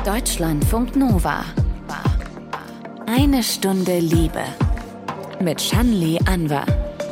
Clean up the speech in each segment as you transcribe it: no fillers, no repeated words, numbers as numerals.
Deutschlandfunk Nova. Eine Stunde Liebe. Mit Shanli Anwar.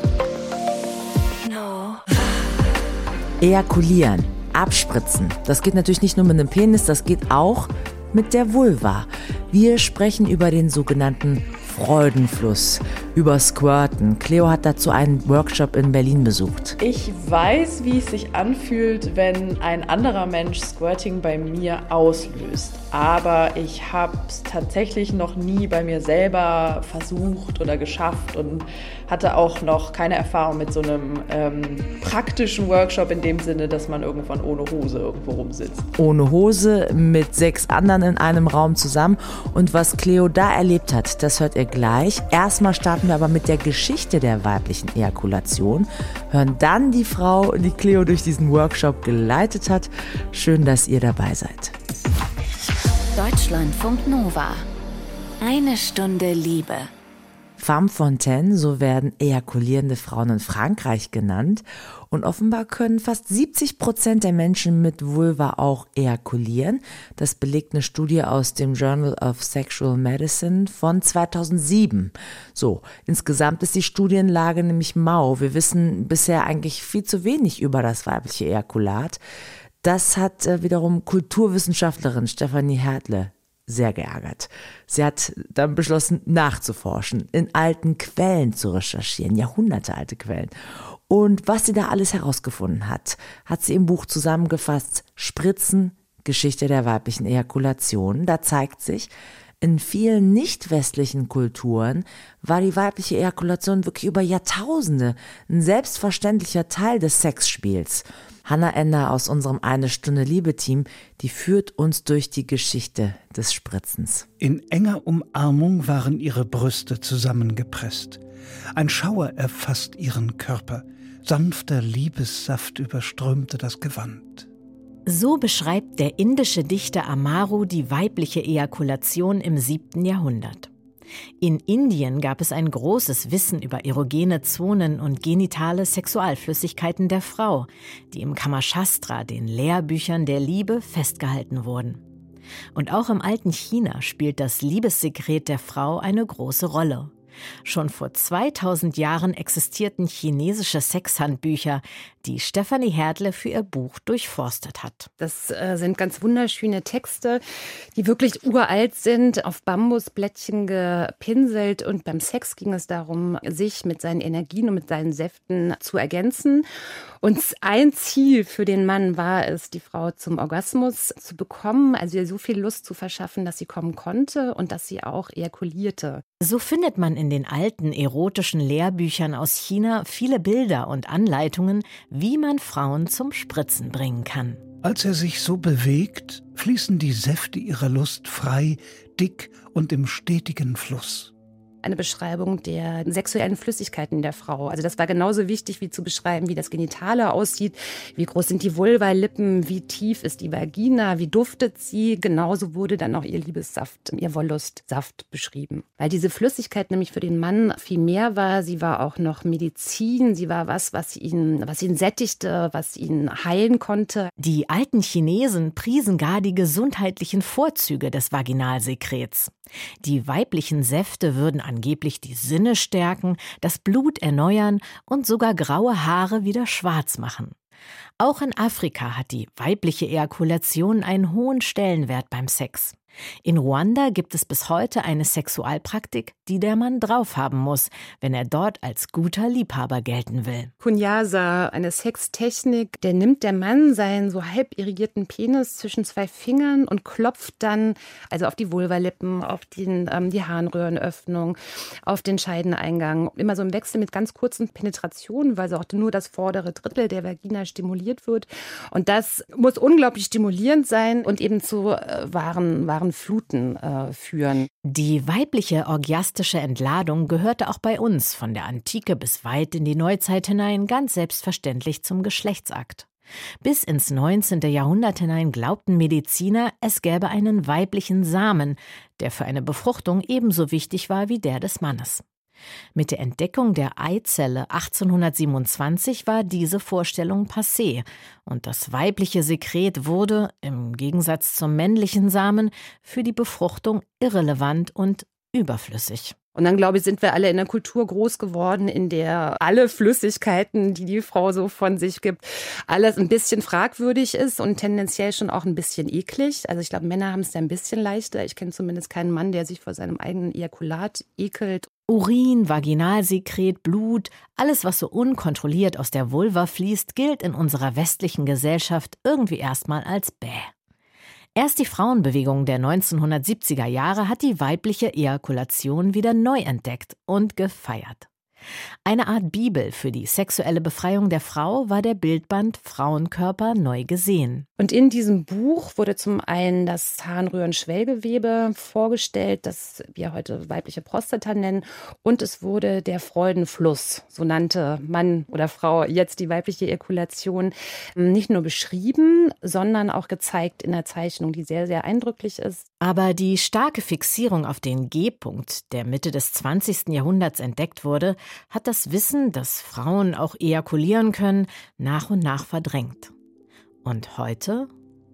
Ejakulieren, abspritzen. Das geht natürlich nicht nur mit dem Penis, das geht auch mit der Vulva. Wir sprechen über den sogenannten Freudenfluss, über Squirten. Cleo hat dazu einen Workshop in Berlin besucht. Ich weiß, wie es sich anfühlt, wenn ein anderer Mensch Squirting bei mir auslöst. Aber ich habe es tatsächlich noch nie bei mir selber versucht oder geschafft und hatte auch noch keine Erfahrung mit so einem praktischen Workshop in dem Sinne, dass man irgendwann ohne Hose irgendwo rumsitzt. Ohne Hose, mit 6 anderen in einem Raum zusammen. Und was Cleo da erlebt hat, das hört ihr gleich. Erstmal starten wir aber mit der Geschichte der weiblichen Ejakulation, hören dann die Frau, die Cleo durch diesen Workshop geleitet hat. Schön, dass ihr dabei seid. Deutschlandfunk Nova. Eine Stunde Liebe. Femme fontaine, so werden ejakulierende Frauen in Frankreich genannt. Und offenbar können fast 70% der Menschen mit Vulva auch ejakulieren. Das belegt eine Studie aus dem Journal of Sexual Medicine von 2007. So, insgesamt ist die Studienlage nämlich mau. Wir wissen bisher eigentlich viel zu wenig über das weibliche Ejakulat. Das hat wiederum Kulturwissenschaftlerin Stefanie Hertle sehr geärgert. Sie hat dann beschlossen, nachzuforschen, in alten Quellen zu recherchieren, jahrhundertealte Quellen. Und was sie da alles herausgefunden hat, hat sie im Buch zusammengefasst: Spritzen, Geschichte der weiblichen Ejakulation. Da zeigt sich, in vielen nicht-westlichen Kulturen war die weibliche Ejakulation wirklich über Jahrtausende ein selbstverständlicher Teil des Sexspiels. Hannah Ender aus unserem Eine-Stunde-Liebe-Team, die führt uns durch die Geschichte des Spritzens. In enger Umarmung waren ihre Brüste zusammengepresst. Ein Schauer erfasst ihren Körper. Sanfter Liebessaft überströmte das Gewand. So beschreibt der indische Dichter Amaru die weibliche Ejakulation im 7. Jahrhundert. In Indien gab es ein großes Wissen über erogene Zonen und genitale Sexualflüssigkeiten der Frau, die im Kamashastra, den Lehrbüchern der Liebe, festgehalten wurden. Und auch im alten China spielt das Liebessekret der Frau eine große Rolle. Schon vor 2000 Jahren existierten chinesische Sexhandbücher, die Stefanie Hertle für ihr Buch durchforstet hat. Das sind ganz wunderschöne Texte, die wirklich uralt sind, auf Bambusblättchen gepinselt. Und beim Sex ging es darum, sich mit seinen Energien und mit seinen Säften zu ergänzen. Und ein Ziel für den Mann war es, die Frau zum Orgasmus zu bekommen, also ihr so viel Lust zu verschaffen, dass sie kommen konnte und dass sie auch ejakulierte. So findet man in den alten erotischen Lehrbüchern aus China viele Bilder und Anleitungen, wie man Frauen zum Spritzen bringen kann. Als er sich so bewegt, fließen die Säfte ihrer Lust frei, dick und im stetigen Fluss. Eine Beschreibung der sexuellen Flüssigkeiten der Frau. Also das war genauso wichtig, wie zu beschreiben, wie das Genitale aussieht, wie groß sind die Vulvalippen, wie tief ist die Vagina, wie duftet sie. Genauso wurde dann auch ihr Liebessaft, ihr Wollustsaft beschrieben. Weil diese Flüssigkeit nämlich für den Mann viel mehr war. Sie war auch noch Medizin, sie war was ihn sättigte, was ihn heilen konnte. Die alten Chinesen priesen gar die gesundheitlichen Vorzüge des Vaginalsekrets. Die weiblichen Säfte würden angeblich die Sinne stärken, das Blut erneuern und sogar graue Haare wieder schwarz machen. Auch in Afrika hat die weibliche Ejakulation einen hohen Stellenwert beim Sex. In Ruanda gibt es bis heute eine Sexualpraktik, die der Mann drauf haben muss, wenn er dort als guter Liebhaber gelten will. Kunyasa, eine Sextechnik, der nimmt der Mann seinen so halb irrigierten Penis zwischen 2 Fingern und klopft dann also auf die Vulvalippen, auf die Harnröhrenöffnung, auf den Scheideneingang. Immer so im Wechsel mit ganz kurzen Penetrationen, weil so auch nur das vordere Drittel der Vagina stimuliert wird. Und das muss unglaublich stimulierend sein und eben zu wahren Fluten führen. Die weibliche orgiastische Entladung gehörte auch bei uns von der Antike bis weit in die Neuzeit hinein ganz selbstverständlich zum Geschlechtsakt. Bis ins 19. Jahrhundert hinein glaubten Mediziner, es gäbe einen weiblichen Samen, der für eine Befruchtung ebenso wichtig war wie der des Mannes. Mit der Entdeckung der Eizelle 1827 war diese Vorstellung passé und das weibliche Sekret wurde, im Gegensatz zum männlichen Samen, für die Befruchtung irrelevant und überflüssig. Und dann, glaube ich, sind wir alle in einer Kultur groß geworden, in der alle Flüssigkeiten, die die Frau so von sich gibt, alles ein bisschen fragwürdig ist und tendenziell schon auch ein bisschen eklig. Also ich glaube, Männer haben es da ein bisschen leichter. Ich kenne zumindest keinen Mann, der sich vor seinem eigenen Ejakulat ekelt. Urin, Vaginalsekret, Blut, alles, was so unkontrolliert aus der Vulva fließt, gilt in unserer westlichen Gesellschaft irgendwie erstmal als bäh. Erst die Frauenbewegung der 1970er Jahre hat die weibliche Ejakulation wieder neu entdeckt und gefeiert. Eine Art Bibel für die sexuelle Befreiung der Frau war der Bildband Frauenkörper neu gesehen. Und in diesem Buch wurde zum einen das Harnröhrenschwellgewebe vorgestellt, das wir heute weibliche Prostata nennen, und es wurde der Freudenfluss, so nannte Mann oder Frau jetzt die weibliche Ejakulation, nicht nur beschrieben, sondern auch gezeigt in der Zeichnung, die sehr, sehr eindrücklich ist. Aber die starke Fixierung auf den G-Punkt, der Mitte des 20. Jahrhunderts entdeckt wurde, hat das Wissen, dass Frauen auch ejakulieren können, nach und nach verdrängt. Und heute?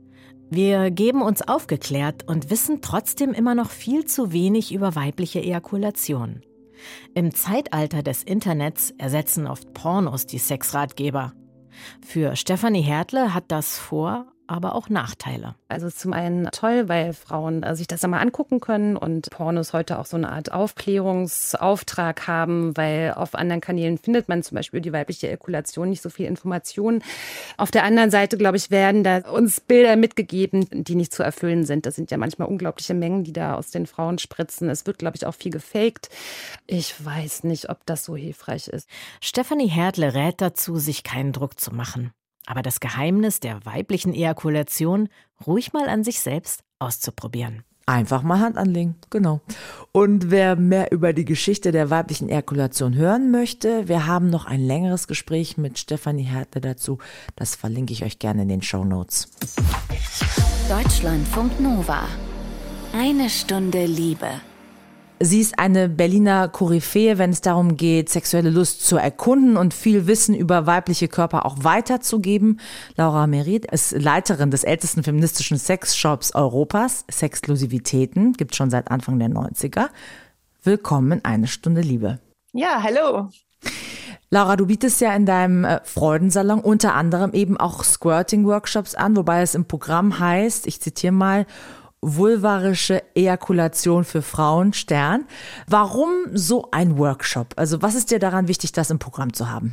Wir geben uns aufgeklärt und wissen trotzdem immer noch viel zu wenig über weibliche Ejakulation. Im Zeitalter des Internets ersetzen oft Pornos die Sexratgeber. Für Stefanie Hertle hat das Vor- aber auch Nachteile. Also zum einen toll, weil Frauen sich das einmal angucken können und Pornos heute auch so eine Art Aufklärungsauftrag haben, weil auf anderen Kanälen findet man zum Beispiel die weibliche Ejakulation nicht so viel Informationen. Auf der anderen Seite, glaube ich, werden da uns Bilder mitgegeben, die nicht zu erfüllen sind. Das sind ja manchmal unglaubliche Mengen, die da aus den Frauen spritzen. Es wird, glaube ich, auch viel gefaked. Ich weiß nicht, ob das so hilfreich ist. Stefanie Hertle rät dazu, sich keinen Druck zu machen. Aber das Geheimnis der weiblichen Ejakulation ruhig mal an sich selbst auszuprobieren. Einfach mal Hand anlegen, genau. Und wer mehr über die Geschichte der weiblichen Ejakulation hören möchte, wir haben noch ein längeres Gespräch mit Stefanie Hertle dazu. Das verlinke ich euch gerne in den Shownotes. Deutschlandfunk Nova. Eine Stunde Liebe. Sie ist eine Berliner Koryphäe, wenn es darum geht, sexuelle Lust zu erkunden und viel Wissen über weibliche Körper auch weiterzugeben. Laura Merit ist Leiterin des ältesten feministischen Sexshops Europas. Sexklusivitäten gibt es schon seit Anfang der 90er. Willkommen in Eine Stunde Liebe. Ja, hallo. Laura, du bietest ja in deinem Freudensalon unter anderem eben auch Squirting-Workshops an, wobei es im Programm heißt, ich zitiere mal, vulvarische Ejakulation für Frauen, Stern. Warum so ein Workshop? Also was ist dir daran wichtig, das im Programm zu haben?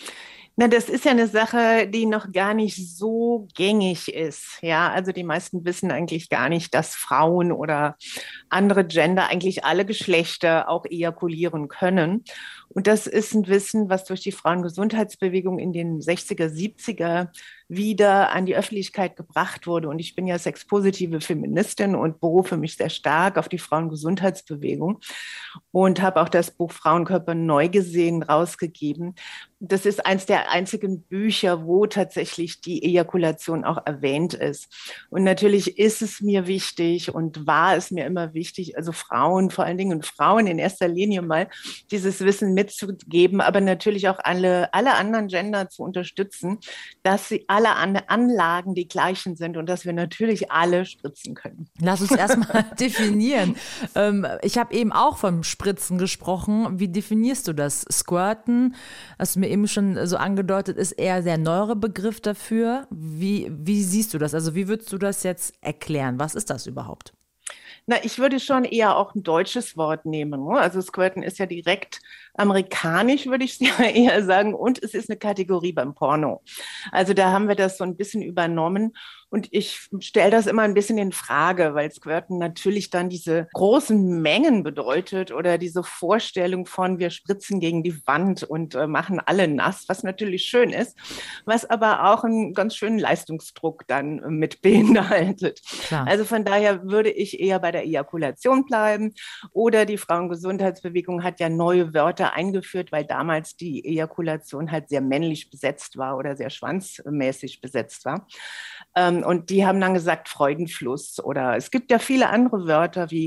Na, das ist ja eine Sache, die noch gar nicht so gängig ist. Ja, also die meisten wissen eigentlich gar nicht, dass Frauen oder andere Gender eigentlich alle Geschlechter auch ejakulieren können. Und das ist ein Wissen, was durch die Frauengesundheitsbewegung in den 60er, 70er wieder an die Öffentlichkeit gebracht wurde. Und ich bin ja sexpositive Feministin und berufe mich sehr stark auf die Frauengesundheitsbewegung und habe auch das Buch Frauenkörper neu gesehen rausgegeben. Das ist eins der einzigen Bücher, wo tatsächlich die Ejakulation auch erwähnt ist. Und natürlich ist es mir wichtig und war es mir immer wichtig, also Frauen, vor allen Dingen Frauen in erster Linie mal dieses Wissen mitzugeben, aber natürlich auch alle anderen Gender zu unterstützen, dass sie alle Anlagen die gleichen sind und dass wir natürlich alle spritzen können. Lass uns erstmal definieren. Ich habe eben auch vom Spritzen gesprochen. Wie definierst du das? Squirten, hast du mir eben schon so angedeutet, ist eher der neuere Begriff dafür. Wie siehst du das? Also wie würdest du das jetzt erklären? Was ist das überhaupt? Na, ich würde schon eher auch ein deutsches Wort nehmen. Ne? Also Squirten ist ja direkt amerikanisch, würde ich eher sagen. Und es ist eine Kategorie beim Porno. Also da haben wir das so ein bisschen übernommen. Und ich stelle das immer ein bisschen in Frage, weil Squirten natürlich dann diese großen Mengen bedeutet oder diese Vorstellung von, wir spritzen gegen die Wand und machen alle nass, was natürlich schön ist, was aber auch einen ganz schönen Leistungsdruck dann mit beinhaltet. Klar. Also von daher würde ich eher bei der Ejakulation bleiben. Oder die Frauengesundheitsbewegung hat ja neue Wörter eingeführt, weil damals die Ejakulation halt sehr männlich besetzt war oder sehr schwanzmäßig besetzt war. Und die haben dann gesagt Freudenfluss oder es gibt ja viele andere Wörter wie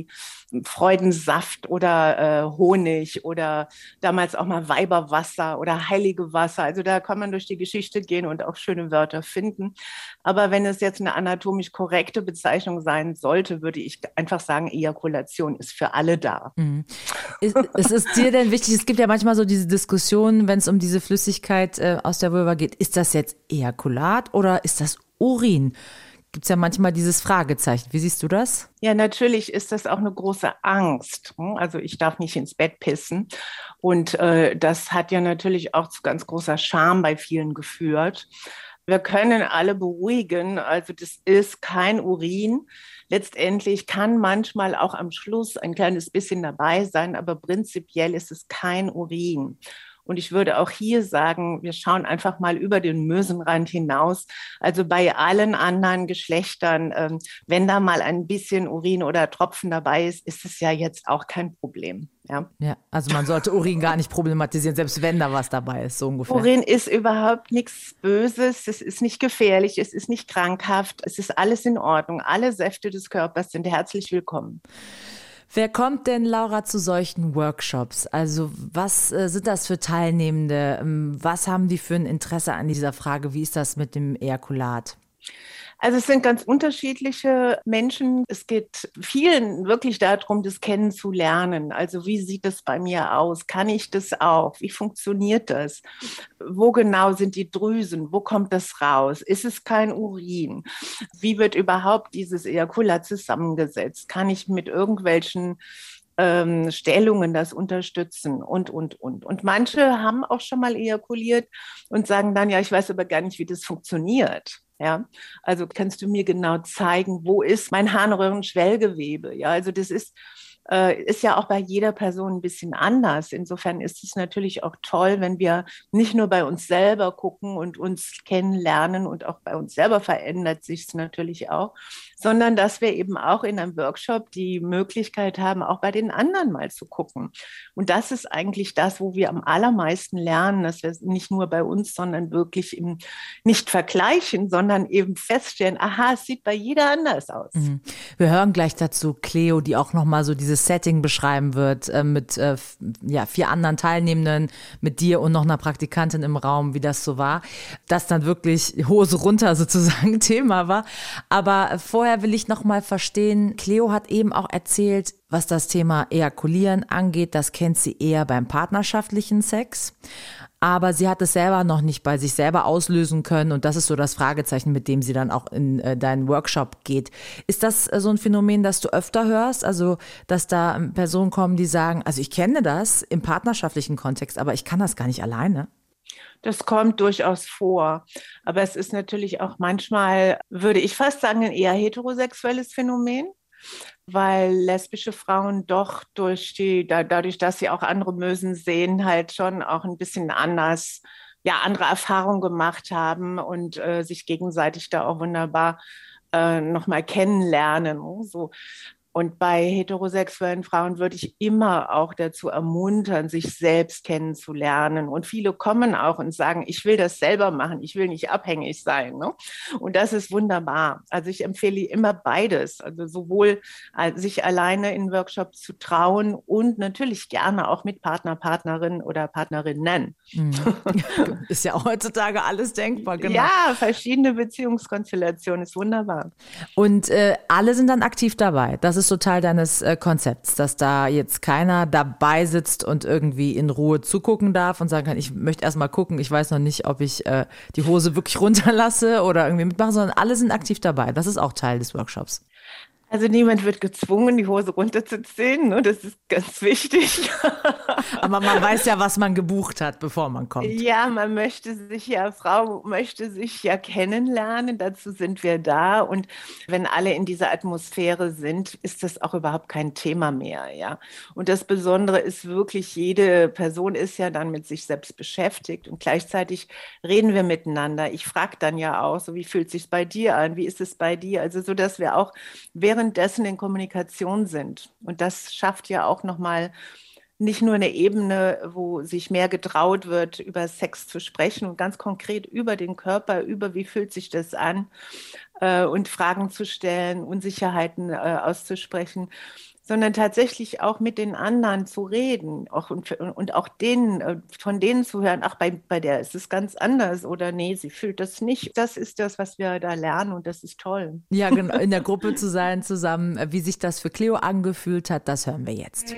Freudensaft oder Honig oder damals auch mal Weiberwasser oder heilige Wasser. Also da kann man durch die Geschichte gehen und auch schöne Wörter finden. Aber wenn es jetzt eine anatomisch korrekte Bezeichnung sein sollte, würde ich einfach sagen, Ejakulation ist für alle da. Mhm. Es ist dir denn wichtig, es gibt ja manchmal so diese Diskussion, wenn es um diese Flüssigkeit aus der Vulva geht, ist das jetzt Ejakulat oder ist das Urin? Gibt es ja manchmal dieses Fragezeichen. Wie siehst du das? Ja, natürlich ist das auch eine große Angst. Also ich darf nicht ins Bett pissen. Und das hat ja natürlich auch zu ganz großer Scham bei vielen geführt. Wir können alle beruhigen, also das ist kein Urin. Letztendlich kann manchmal auch am Schluss ein kleines bisschen dabei sein, aber prinzipiell ist es kein Urin. Und ich würde auch hier sagen, wir schauen einfach mal über den Mösenrand hinaus. Also bei allen anderen Geschlechtern, wenn da mal ein bisschen Urin oder Tropfen dabei ist, ist es ja jetzt auch kein Problem. Ja, also man sollte Urin gar nicht problematisieren, selbst wenn da was dabei ist, so ungefähr. Urin ist überhaupt nichts Böses, es ist nicht gefährlich, es ist nicht krankhaft, es ist alles in Ordnung. Alle Säfte des Körpers sind herzlich willkommen. Wer kommt denn, Laura, zu solchen Workshops? Also was sind das für Teilnehmende? Was haben die für ein Interesse an dieser Frage? Wie ist das mit dem Ejakulat? Also es sind ganz unterschiedliche Menschen. Es geht vielen wirklich darum, das kennenzulernen. Also wie sieht es bei mir aus? Kann ich das auch? Wie funktioniert das? Wo genau sind die Drüsen? Wo kommt das raus? Ist es kein Urin? Wie wird überhaupt dieses Ejakulat zusammengesetzt? Kann ich mit irgendwelchen Stellungen das unterstützen und. Und manche haben auch schon mal ejakuliert und sagen dann, ja, ich weiß aber gar nicht, wie das funktioniert. Ja, also kannst du mir genau zeigen, wo ist mein Harnröhrenschwellgewebe? Ja, also das ist ja auch bei jeder Person ein bisschen anders. Insofern ist es natürlich auch toll, wenn wir nicht nur bei uns selber gucken und uns kennenlernen und auch bei uns selber verändert sich es natürlich auch, sondern dass wir eben auch in einem Workshop die Möglichkeit haben, auch bei den anderen mal zu gucken. Und das ist eigentlich das, wo wir am allermeisten lernen, dass wir nicht nur bei uns, sondern wirklich nicht vergleichen, sondern eben feststellen, aha, es sieht bei jeder anders aus. Mhm. Wir hören gleich dazu Cleo, die auch nochmal so dieses Setting beschreiben wird, mit 4 anderen Teilnehmenden, mit dir und noch einer Praktikantin im Raum, wie das so war, dass dann wirklich Hose runter sozusagen Thema war. Aber vorher will ich nochmal verstehen, Cleo hat eben auch erzählt, was das Thema Ejakulieren angeht, das kennt sie eher beim partnerschaftlichen Sex. Aber sie hat es selber noch nicht bei sich selber auslösen können und das ist so das Fragezeichen, mit dem sie dann auch in deinen Workshop geht. Ist das so ein Phänomen, das du öfter hörst? Also, dass da Personen kommen, die sagen, also ich kenne das im partnerschaftlichen Kontext, aber ich kann das gar nicht alleine? Das kommt durchaus vor. Aber es ist natürlich auch manchmal, würde ich fast sagen, ein eher heterosexuelles Phänomen, weil lesbische Frauen doch dadurch, dass sie auch andere Mösen sehen, halt schon auch ein bisschen anders, andere Erfahrungen gemacht haben und sich gegenseitig da auch wunderbar nochmal kennenlernen. So. Und bei heterosexuellen Frauen würde ich immer auch dazu ermuntern, sich selbst kennenzulernen. Und viele kommen auch und sagen, ich will das selber machen, ich will nicht abhängig sein. Ne? Und das ist wunderbar. Also ich empfehle immer beides. Also sowohl sich alleine in Workshops zu trauen und natürlich gerne auch mit Partner, Partnerin oder Partnerinnen. Mhm. Ist ja auch heutzutage alles denkbar, genau. Ja, verschiedene Beziehungskonstellationen, ist wunderbar. Und alle sind dann aktiv dabei. Das ist so Teil deines Konzepts, dass da jetzt keiner dabei sitzt und irgendwie in Ruhe zugucken darf und sagen kann, ich möchte erst mal gucken, ich weiß noch nicht, ob ich die Hose wirklich runterlasse oder irgendwie mitmache, sondern alle sind aktiv dabei. Das ist auch Teil des Workshops. Also niemand wird gezwungen, die Hose runterzuziehen, ne? Das ist ganz wichtig. Aber man weiß ja, was man gebucht hat, bevor man kommt. Ja, Frau möchte sich ja kennenlernen, dazu sind wir da. Und wenn alle in dieser Atmosphäre sind, ist das auch überhaupt kein Thema mehr, ja. Und das Besondere ist wirklich, jede Person ist ja dann mit sich selbst beschäftigt und gleichzeitig reden wir miteinander. Ich frage dann ja auch, so wie fühlt es sich bei dir an, wie ist es bei dir? Also so, dass wir auch währenddessen in Kommunikation sind. Und das schafft ja auch nochmal nicht nur eine Ebene, wo sich mehr getraut wird, über Sex zu sprechen und ganz konkret über den Körper, über wie fühlt sich das an und Fragen zu stellen, Unsicherheiten auszusprechen, sondern tatsächlich auch mit den anderen zu reden und auch von denen zu hören, ach, bei der ist es ganz anders oder nee, sie fühlt das nicht. Das ist das, was wir da lernen und das ist toll. Ja, genau, in der Gruppe zu sein zusammen, wie sich das für Cleo angefühlt hat, das hören wir jetzt.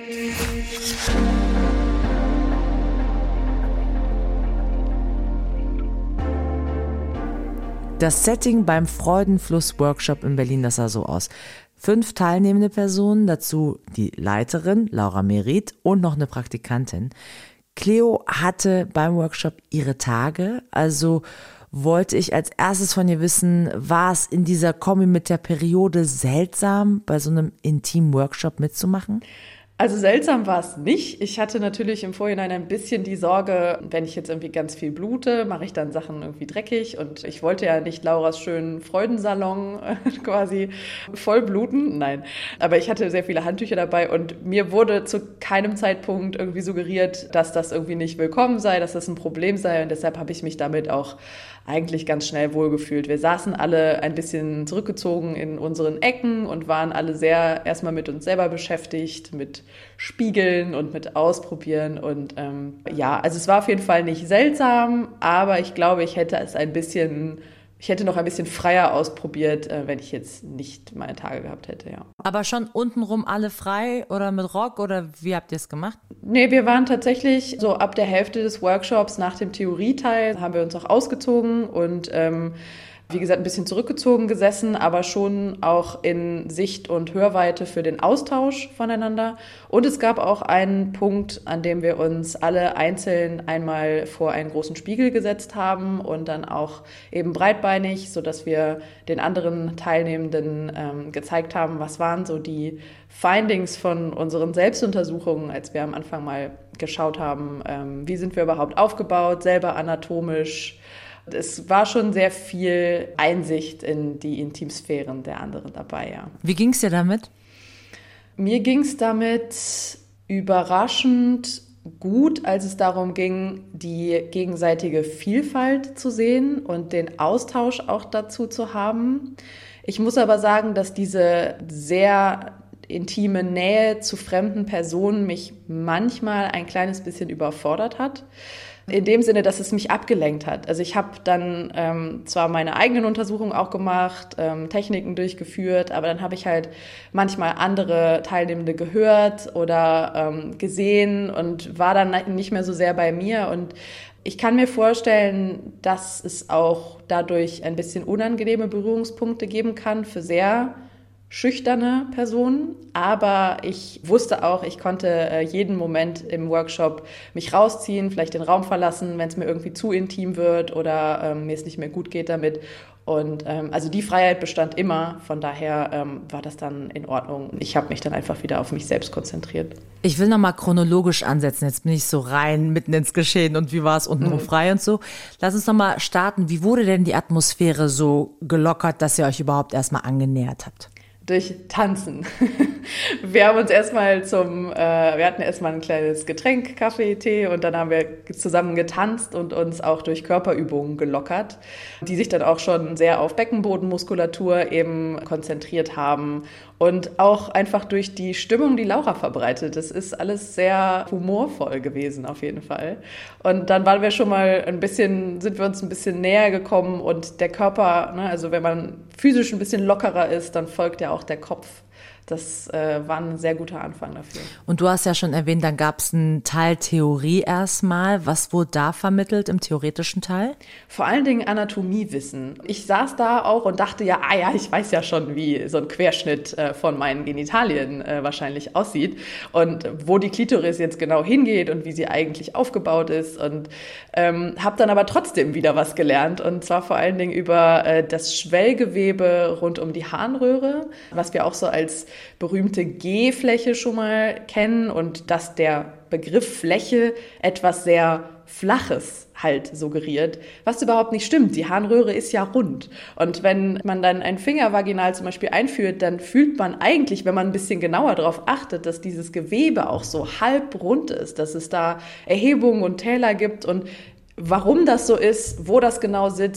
Das Setting beim Freudenfluss-Workshop in Berlin, das sah so aus. 5 teilnehmende Personen, dazu die Leiterin, Laura Merit, und noch eine Praktikantin. Cleo hatte beim Workshop ihre Tage, also wollte ich als erstes von ihr wissen, war es in dieser Kombi mit der Periode seltsam, bei so einem intimen Workshop mitzumachen? Also seltsam war es nicht. Ich hatte natürlich im Vorhinein ein bisschen die Sorge, wenn ich jetzt irgendwie ganz viel blute, mache ich dann Sachen irgendwie dreckig. Und ich wollte ja nicht Lauras schönen Freudensalon quasi voll bluten. Nein, aber ich hatte sehr viele Handtücher dabei und mir wurde zu keinem Zeitpunkt irgendwie suggeriert, dass das irgendwie nicht willkommen sei, dass das ein Problem sei. Und deshalb habe ich mich damit auch eigentlich ganz schnell wohlgefühlt. Wir saßen alle ein bisschen zurückgezogen in unseren Ecken und waren alle sehr erstmal mit uns selber beschäftigt, mit Spiegeln und mit Ausprobieren. Und ja, also es war auf jeden Fall nicht seltsam, aber ich glaube, ich hätte noch ein bisschen freier ausprobiert, wenn ich jetzt nicht meine Tage gehabt hätte, ja. Aber schon untenrum alle frei oder mit Rock oder wie habt ihr es gemacht? Nee, wir waren tatsächlich so ab der Hälfte des Workshops nach dem Theorieteil, haben wir uns auch ausgezogen und wie gesagt, ein bisschen zurückgezogen gesessen, aber schon auch in Sicht- und Hörweite für den Austausch voneinander. Und es gab auch einen Punkt, an dem wir uns alle einzeln einmal vor einen großen Spiegel gesetzt haben und dann auch eben breitbeinig, sodass wir den anderen Teilnehmenden gezeigt haben, was waren so die Findings von unseren Selbstuntersuchungen, als wir am Anfang mal geschaut haben, wie sind wir überhaupt aufgebaut, selber anatomisch. Es war schon sehr viel Einsicht in die Intimsphären der anderen dabei, ja. Wie ging es dir damit? Mir ging es damit überraschend gut, als es darum ging, die gegenseitige Vielfalt zu sehen und den Austausch auch dazu zu haben. Ich muss aber sagen, dass diese sehr intime Nähe zu fremden Personen mich manchmal ein kleines bisschen überfordert hat. In dem Sinne, dass es mich abgelenkt hat. Also ich habe dann zwar meine eigenen Untersuchungen auch gemacht, Techniken durchgeführt, aber dann habe ich halt manchmal andere Teilnehmende gehört oder gesehen und war dann nicht mehr so sehr bei mir. Und ich kann mir vorstellen, dass es auch dadurch ein bisschen unangenehme Berührungspunkte geben kann für sehr schüchterne Personen, aber ich wusste auch, ich konnte jeden Moment im Workshop mich rausziehen, vielleicht den Raum verlassen, wenn es mir irgendwie zu intim wird oder mir es nicht mehr gut geht damit. Und also die Freiheit bestand immer, von daher war das dann in Ordnung. Ich habe mich dann einfach wieder auf mich selbst konzentriert. Ich will nochmal chronologisch ansetzen, jetzt bin ich so rein mitten ins Geschehen und wie war es untenrum frei und so. Lass uns nochmal starten, wie wurde denn die Atmosphäre so gelockert, dass ihr euch überhaupt erstmal angenähert habt? Durch Tanzen. Wir haben uns erstmal wir hatten erstmal ein kleines Getränk, Kaffee, Tee und dann haben wir zusammen getanzt und uns auch durch Körperübungen gelockert, die sich dann auch schon sehr auf Beckenbodenmuskulatur eben konzentriert haben und auch einfach durch die Stimmung, die Laura verbreitet. Das ist alles sehr humorvoll gewesen auf jeden Fall. Und dann waren wir schon mal sind wir uns ein bisschen näher gekommen und der Körper, ne, also wenn man physisch ein bisschen lockerer ist, dann folgt ja auch der Kopf. Das war ein sehr guter Anfang dafür. Und du hast ja schon erwähnt, dann gab es einen Teil Theorie erstmal. Was wurde da vermittelt im theoretischen Teil? Vor allen Dingen Anatomiewissen. Ich saß da auch und dachte ja, ich weiß ja schon, wie so ein Querschnitt von meinen Genitalien wahrscheinlich aussieht und wo die Klitoris jetzt genau hingeht und wie sie eigentlich aufgebaut ist und habe dann aber trotzdem wieder was gelernt und zwar vor allen Dingen über das Schwellgewebe rund um die Harnröhre, was wir auch so als berühmte G-Fläche schon mal kennen und dass der Begriff Fläche etwas sehr Flaches halt suggeriert, was überhaupt nicht stimmt. Die Harnröhre ist ja rund. Und wenn man dann einen Finger vaginal zum Beispiel einführt, dann fühlt man eigentlich, wenn man ein bisschen genauer darauf achtet, dass dieses Gewebe auch so halb rund ist, dass es da Erhebungen und Täler gibt und warum das so ist, wo das genau sitzt,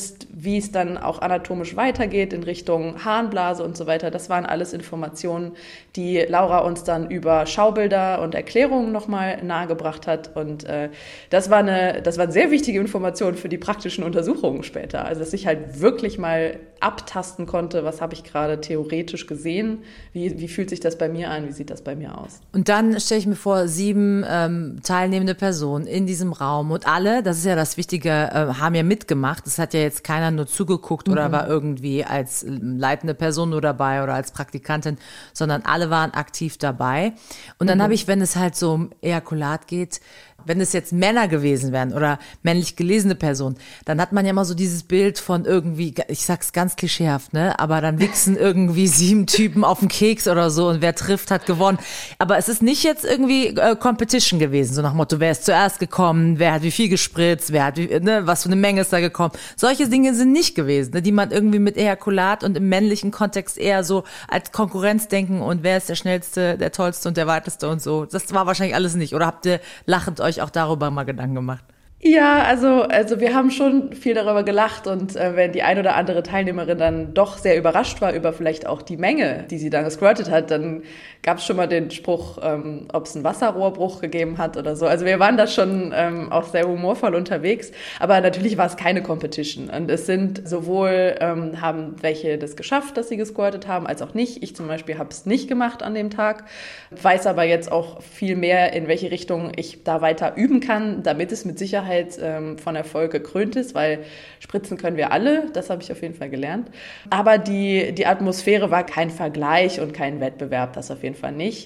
wie es dann auch anatomisch weitergeht in Richtung Harnblase und so weiter. Das waren alles Informationen, die Laura uns dann über Schaubilder und Erklärungen nochmal nahegebracht hat. Und das waren sehr wichtige Informationen für die praktischen Untersuchungen später. Also dass ich halt wirklich mal abtasten konnte, was habe ich gerade theoretisch gesehen, wie fühlt sich das bei mir an, wie sieht das bei mir aus. Und dann stelle ich mir vor, 7 teilnehmende Personen in diesem Raum und alle, das ist ja das Wichtige, haben ja mitgemacht. Es hat ja jetzt keiner nur zugeguckt oder war irgendwie als leitende Person nur dabei oder als Praktikantin, sondern alle waren aktiv dabei. Und dann habe ich, wenn es halt so um Ejakulat geht, wenn es jetzt Männer gewesen wären oder männlich gelesene Personen, dann hat man ja immer so dieses Bild von irgendwie, ich sag's ganz klischeehaft, ne, aber dann wichsen irgendwie 7 Typen auf den Keks oder so und wer trifft, hat gewonnen. Aber es ist nicht jetzt irgendwie Competition gewesen, so nach dem Motto, wer ist zuerst gekommen, wer hat wie viel gespritzt, wer hat was für eine Menge ist da gekommen. Solche Dinge sind nicht gewesen, ne, die man irgendwie mit Ejakulat und im männlichen Kontext eher so als Konkurrenz denken und wer ist der Schnellste, der Tollste und der Weiteste und so. Das war wahrscheinlich alles nicht. Oder habt ihr lachend euch auch darüber mal Gedanken gemacht? Ja, also wir haben schon viel darüber gelacht und wenn die ein oder andere Teilnehmerin dann doch sehr überrascht war über vielleicht auch die Menge, die sie dann gesquirtet hat, dann gab es schon mal den Spruch, ob es einen Wasserrohrbruch gegeben hat oder so. Also wir waren da schon auch sehr humorvoll unterwegs, aber natürlich war es keine Competition und es sind sowohl haben welche das geschafft, dass sie gesquirtet haben, als auch nicht. Ich zum Beispiel habe es nicht gemacht an dem Tag, weiß aber jetzt auch viel mehr, in welche Richtung ich da weiter üben kann, damit es mit Sicherheit von Erfolg gekrönt ist, weil spritzen können wir alle, das habe ich auf jeden Fall gelernt. Aber die Atmosphäre war kein Vergleich und kein Wettbewerb, das auf jeden Fall nicht.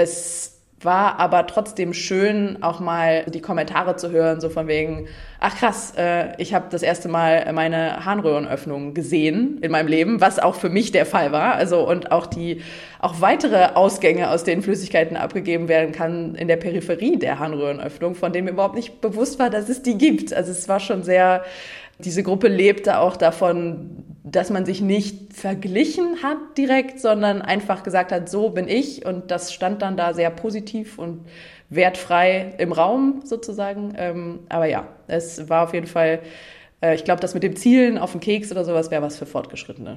Es war aber trotzdem schön, auch mal die Kommentare zu hören, so von wegen, ach krass, ich habe das erste Mal meine Harnröhrenöffnung gesehen in meinem Leben, was auch für mich der Fall war. Also und auch weitere Ausgänge, aus denen Flüssigkeiten abgegeben werden kann in der Peripherie der Harnröhrenöffnung, von dem mir überhaupt nicht bewusst war, dass es die gibt. Also es war schon sehr, diese Gruppe lebte auch davon, dass man sich nicht verglichen hat direkt, sondern einfach gesagt hat, so bin ich. Und das stand dann da sehr positiv und wertfrei im Raum sozusagen. Aber ja, es war auf jeden Fall, ich glaube, das mit dem Zielen auf den Keks oder sowas wäre was für Fortgeschrittene.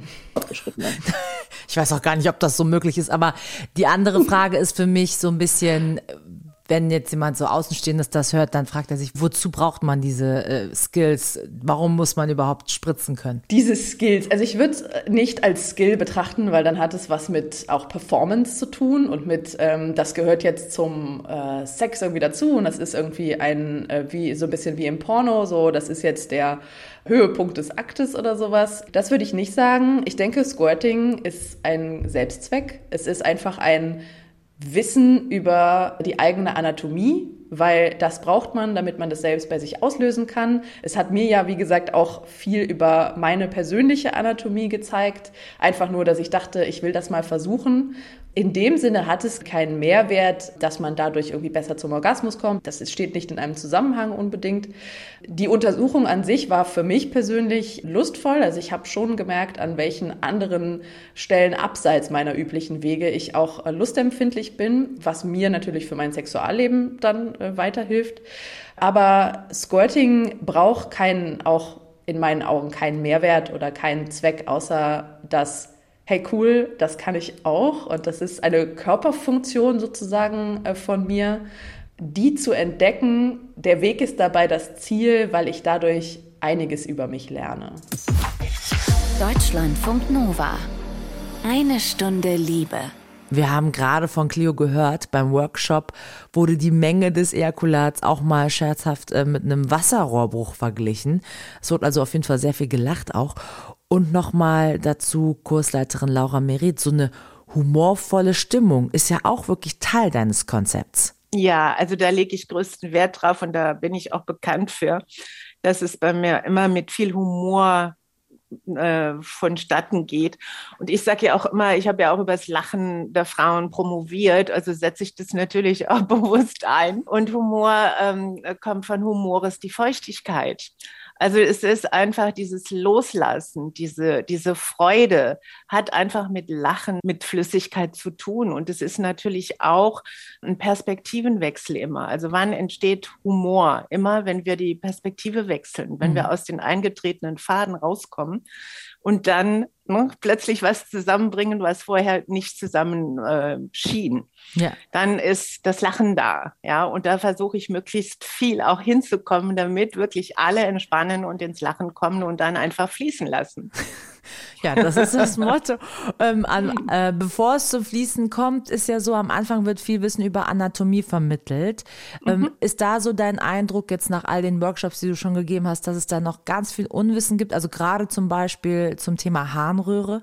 Ich weiß auch gar nicht, ob das so möglich ist, aber die andere Frage ist für mich so ein bisschen, wenn jetzt jemand so Außenstehendes das hört, dann fragt er sich, wozu braucht man diese Skills? Warum muss man überhaupt spritzen können? Diese Skills, also ich würde es nicht als Skill betrachten, weil dann hat es was mit auch Performance zu tun und mit, das gehört jetzt zum Sex irgendwie dazu und das ist irgendwie wie so ein bisschen wie im Porno, so das ist jetzt der Höhepunkt des Aktes oder sowas. Das würde ich nicht sagen. Ich denke, Squirting ist ein Selbstzweck. Es ist einfach ein Wissen über die eigene Anatomie, weil das braucht man, damit man das selbst bei sich auslösen kann. Es hat mir ja, wie gesagt, auch viel über meine persönliche Anatomie gezeigt. Einfach nur, dass ich dachte, ich will das mal versuchen. In dem Sinne hat es keinen Mehrwert, dass man dadurch irgendwie besser zum Orgasmus kommt. Das steht nicht in einem Zusammenhang unbedingt. Die Untersuchung an sich war für mich persönlich lustvoll. Also ich habe schon gemerkt, an welchen anderen Stellen abseits meiner üblichen Wege ich auch lustempfindlich bin, was mir natürlich für mein Sexualleben dann weiterhilft. Aber Squirting braucht auch in meinen Augen keinen Mehrwert oder keinen Zweck, außer dass hey cool, das kann ich auch und das ist eine Körperfunktion sozusagen von mir, die zu entdecken. Der Weg ist dabei das Ziel, weil ich dadurch einiges über mich lerne. Deutschlandfunk Nova. Eine Stunde Liebe. Wir haben gerade von Cleo gehört, beim Workshop wurde die Menge des Ejakulats auch mal scherzhaft mit einem Wasserrohrbruch verglichen. Es wurde also auf jeden Fall sehr viel gelacht auch. Und nochmal dazu Kursleiterin Laura Merit, so eine humorvolle Stimmung ist ja auch wirklich Teil deines Konzepts. Ja, also da lege ich größten Wert drauf und da bin ich auch bekannt für, dass es bei mir immer mit viel Humor vonstatten geht. Und ich sage ja auch immer, ich habe ja auch über das Lachen der Frauen promoviert, also setze ich das natürlich auch bewusst ein. Und Humor kommt von Humor ist die Feuchtigkeit. Also es ist einfach dieses Loslassen, diese Freude hat einfach mit Lachen, mit Flüssigkeit zu tun. Und es ist natürlich auch ein Perspektivenwechsel immer. Also wann entsteht Humor? Immer, wenn wir die Perspektive wechseln, wenn wir aus den eingetretenen Pfaden rauskommen und dann plötzlich was zusammenbringen, was vorher nicht zusammen schien. Ja. Dann ist das Lachen da. Ja? Und da versuche ich möglichst viel auch hinzukommen, damit wirklich alle entspannen und ins Lachen kommen und dann einfach fließen lassen. Ja, das ist das Motto. Bevor es zum Fließen kommt, ist ja so, am Anfang wird viel Wissen über Anatomie vermittelt. Ist da so dein Eindruck jetzt nach all den Workshops, die du schon gegeben hast, dass es da noch ganz viel Unwissen gibt? Also gerade zum Beispiel zum Thema Harnröhre?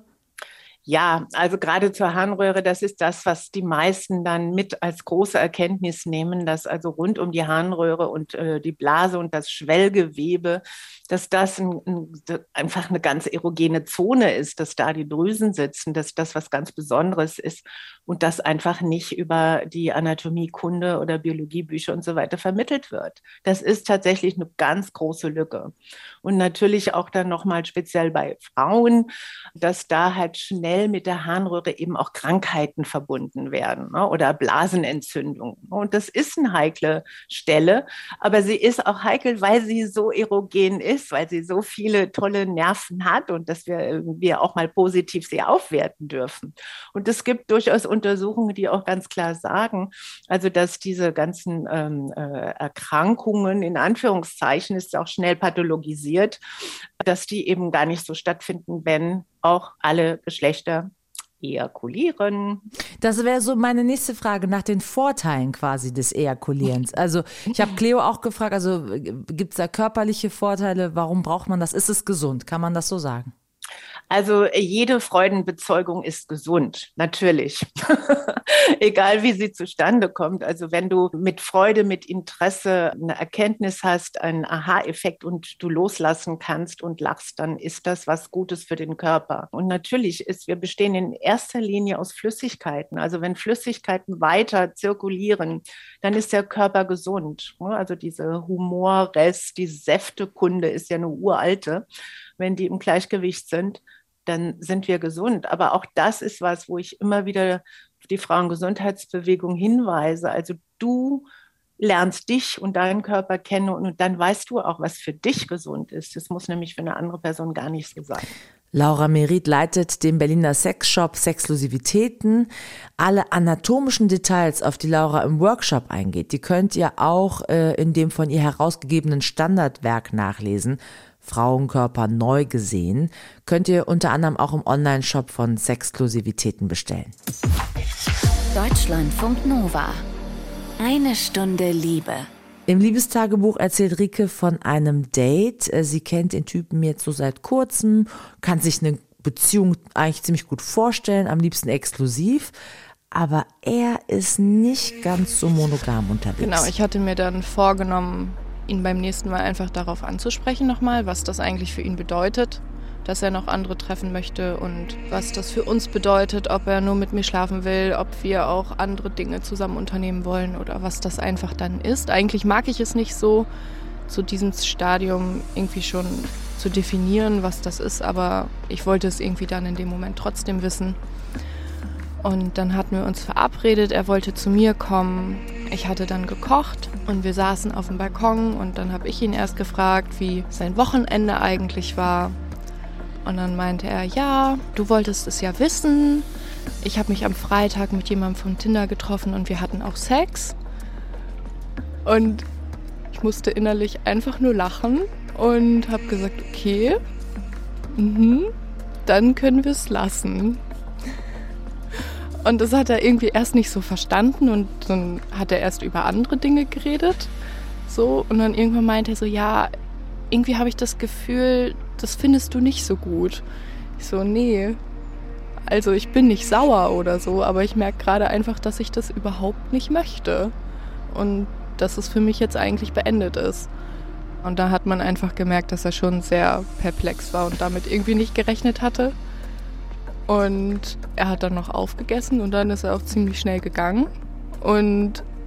Ja, also gerade zur Harnröhre, das ist das, was die meisten dann mit als große Erkenntnis nehmen, dass also rund um die Harnröhre und die Blase und das Schwellgewebe, dass das einfach eine ganz erogene Zone ist, dass da die Drüsen sitzen, dass das was ganz Besonderes ist und das einfach nicht über die Anatomiekunde oder Biologiebücher und so weiter vermittelt wird. Das ist tatsächlich eine ganz große Lücke. Und natürlich auch dann nochmal speziell bei Frauen, dass da halt schnell mit der Harnröhre eben auch Krankheiten verbunden werden, ne? Oder Blasenentzündungen. Und das ist eine heikle Stelle, aber sie ist auch heikel, weil sie so erogen ist, weil sie so viele tolle Nerven hat und dass wir auch mal positiv sie aufwerten dürfen. Und es gibt durchaus Untersuchungen, die auch ganz klar sagen, also dass diese ganzen Erkrankungen, in Anführungszeichen, ist auch schnell pathologisiert, dass die eben gar nicht so stattfinden, wenn auch alle Geschlechter ejakulieren. Das wäre so meine nächste Frage nach den Vorteilen quasi des Ejakulierens. Also ich habe Cleo auch gefragt, also gibt es da körperliche Vorteile? Warum braucht man das? Ist es gesund? Kann man das so sagen? Also jede Freudenbezeugung ist gesund, natürlich. Egal wie sie zustande kommt. Also wenn du mit Freude, mit Interesse eine Erkenntnis hast, einen Aha-Effekt und du loslassen kannst und lachst, dann ist das was Gutes für den Körper. Und natürlich wir bestehen in erster Linie aus Flüssigkeiten. Also wenn Flüssigkeiten weiter zirkulieren, dann ist der Körper gesund. Also diese Humorrest, die Säftekunde ist ja eine uralte. Wenn die im Gleichgewicht sind, dann sind wir gesund. Aber auch das ist was, wo ich immer wieder auf die Frauengesundheitsbewegung hinweise. Also du lernst dich und deinen Körper kennen und dann weißt du auch, was für dich gesund ist. Das muss nämlich für eine andere Person gar nicht so sein. Laura Merit leitet den Berliner Sexshop Sexklusivitäten. Alle anatomischen Details, auf die Laura im Workshop eingeht, die könnt ihr auch in dem von ihr herausgegebenen Standardwerk nachlesen. Frauenkörper neu gesehen, könnt ihr unter anderem auch im Online-Shop von Sexklusivitäten bestellen. Deutschlandfunk Nova. Eine Stunde Liebe. Im Liebestagebuch erzählt Rike von einem Date. Sie kennt den Typen jetzt so seit kurzem, kann sich eine Beziehung eigentlich ziemlich gut vorstellen, am liebsten exklusiv. Aber er ist nicht ganz so monogam unterwegs. Genau, ich hatte mir dann vorgenommen, ihn beim nächsten Mal einfach darauf anzusprechen nochmal, was das eigentlich für ihn bedeutet, dass er noch andere treffen möchte und was das für uns bedeutet, ob er nur mit mir schlafen will, ob wir auch andere Dinge zusammen unternehmen wollen oder was das einfach dann ist. Eigentlich mag ich es nicht so, zu diesem Stadium irgendwie schon zu definieren, was das ist, aber ich wollte es irgendwie dann in dem Moment trotzdem wissen. Und dann hatten wir uns verabredet, er wollte zu mir kommen. Ich hatte dann gekocht und wir saßen auf dem Balkon und dann habe ich ihn erst gefragt, wie sein Wochenende eigentlich war. Und dann meinte er, ja, du wolltest es ja wissen. Ich habe mich am Freitag mit jemandem von Tinder getroffen und wir hatten auch Sex. Und ich musste innerlich einfach nur lachen und habe gesagt, okay, dann können wir es lassen. Und das hat er irgendwie erst nicht so verstanden und dann hat er erst über andere Dinge geredet. So, und dann irgendwann meinte er so, ja, irgendwie habe ich das Gefühl, das findest du nicht so gut. Ich so, nee, also ich bin nicht sauer oder so, aber ich merke gerade einfach, dass ich das überhaupt nicht möchte. Und dass es für mich jetzt eigentlich beendet ist. Und da hat man einfach gemerkt, dass er schon sehr perplex war und damit irgendwie nicht gerechnet hatte. Und er hat dann noch aufgegessen und dann ist er auch ziemlich schnell gegangen. Und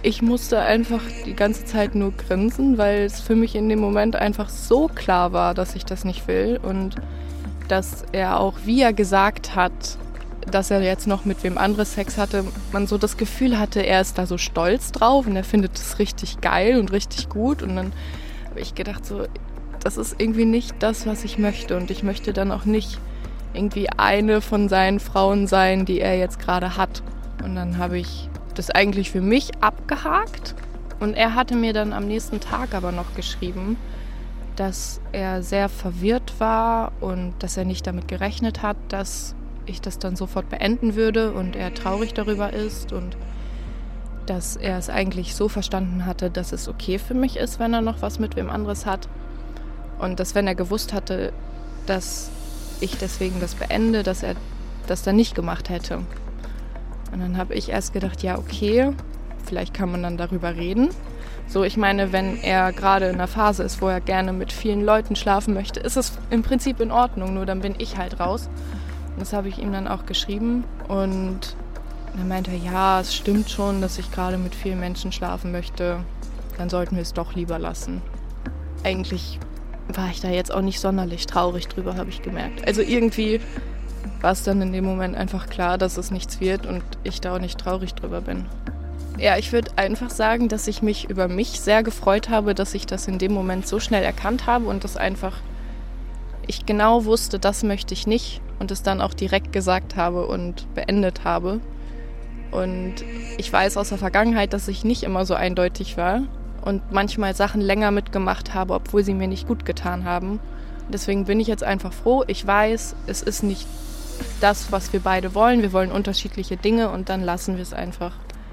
ich musste einfach die ganze Zeit nur grinsen, weil es für mich in dem Moment einfach so klar war, dass ich das nicht will und dass er auch, wie er gesagt hat, dass er jetzt noch mit wem anderes Sex hatte, man so das Gefühl hatte, er ist da so stolz drauf und er findet es richtig geil und richtig gut. Und dann habe ich gedacht, so, das ist irgendwie nicht das, was ich möchte. Und ich möchte dann auch nicht irgendwie eine von seinen Frauen sein, die er jetzt gerade hat. Und dann habe ich das eigentlich für mich abgehakt. Und er hatte mir dann am nächsten Tag aber noch geschrieben, dass er sehr verwirrt war und dass er nicht damit gerechnet hat, dass ich das dann sofort beenden würde und er traurig darüber ist und dass er es eigentlich so verstanden hatte, dass es okay für mich ist, wenn er noch was mit wem anderes hat und dass, wenn er gewusst hatte, dass ich deswegen das beende, dass er das dann nicht gemacht hätte. Und dann habe ich erst gedacht, ja okay, vielleicht kann man dann darüber reden. So, ich meine, wenn er gerade in einer Phase ist, wo er gerne mit vielen Leuten schlafen möchte, ist es im Prinzip in Ordnung, nur dann bin ich halt raus. Das habe ich ihm dann auch geschrieben und dann meinte er, ja, es stimmt schon, dass ich gerade mit vielen Menschen schlafen möchte. Dann sollten wir es doch lieber lassen. Eigentlich war ich da jetzt auch nicht sonderlich traurig drüber, habe ich gemerkt. Also irgendwie war es dann in dem Moment einfach klar, dass es nichts wird und ich da auch nicht traurig drüber bin. Ja, ich würde einfach sagen, dass ich mich über mich sehr gefreut habe, dass ich das in dem Moment so schnell erkannt habe und dass einfach ich genau wusste, das möchte ich nicht und es dann auch direkt gesagt habe und beendet habe. Und ich weiß aus der Vergangenheit, dass ich nicht immer so eindeutig war und manchmal Sachen länger mitgemacht habe, obwohl sie mir nicht gut getan haben. Deswegen bin ich jetzt einfach froh. Ich weiß, es ist nicht das, was wir beide wollen. Wir wollen unterschiedliche Dinge und dann lassen wir es einfach.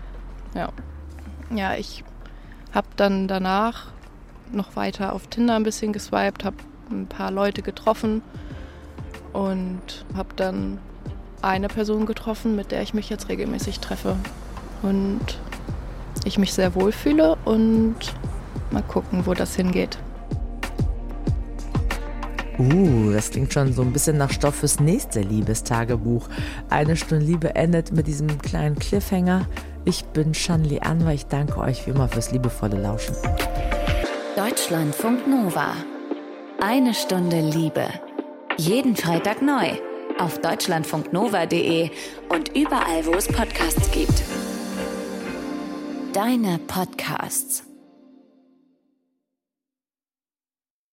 Ja, ich habe dann danach noch weiter auf Tinder ein bisschen geswiped, habe ein paar Leute getroffen und habe dann eine Person getroffen, mit der ich mich jetzt regelmäßig treffe und ich mich sehr wohlfühle und mal gucken, wo das hingeht. Das klingt schon so ein bisschen nach Stoff fürs nächste Liebestagebuch. 1 Stunde Liebe endet mit diesem kleinen Cliffhanger. Ich bin Shanli Anwar, ich danke euch wie immer fürs liebevolle Lauschen. Deutschlandfunk Nova. 1 Stunde Liebe. Jeden Freitag neu. Auf deutschlandfunknova.de und überall, wo es Podcasts gibt. Deine Podcasts.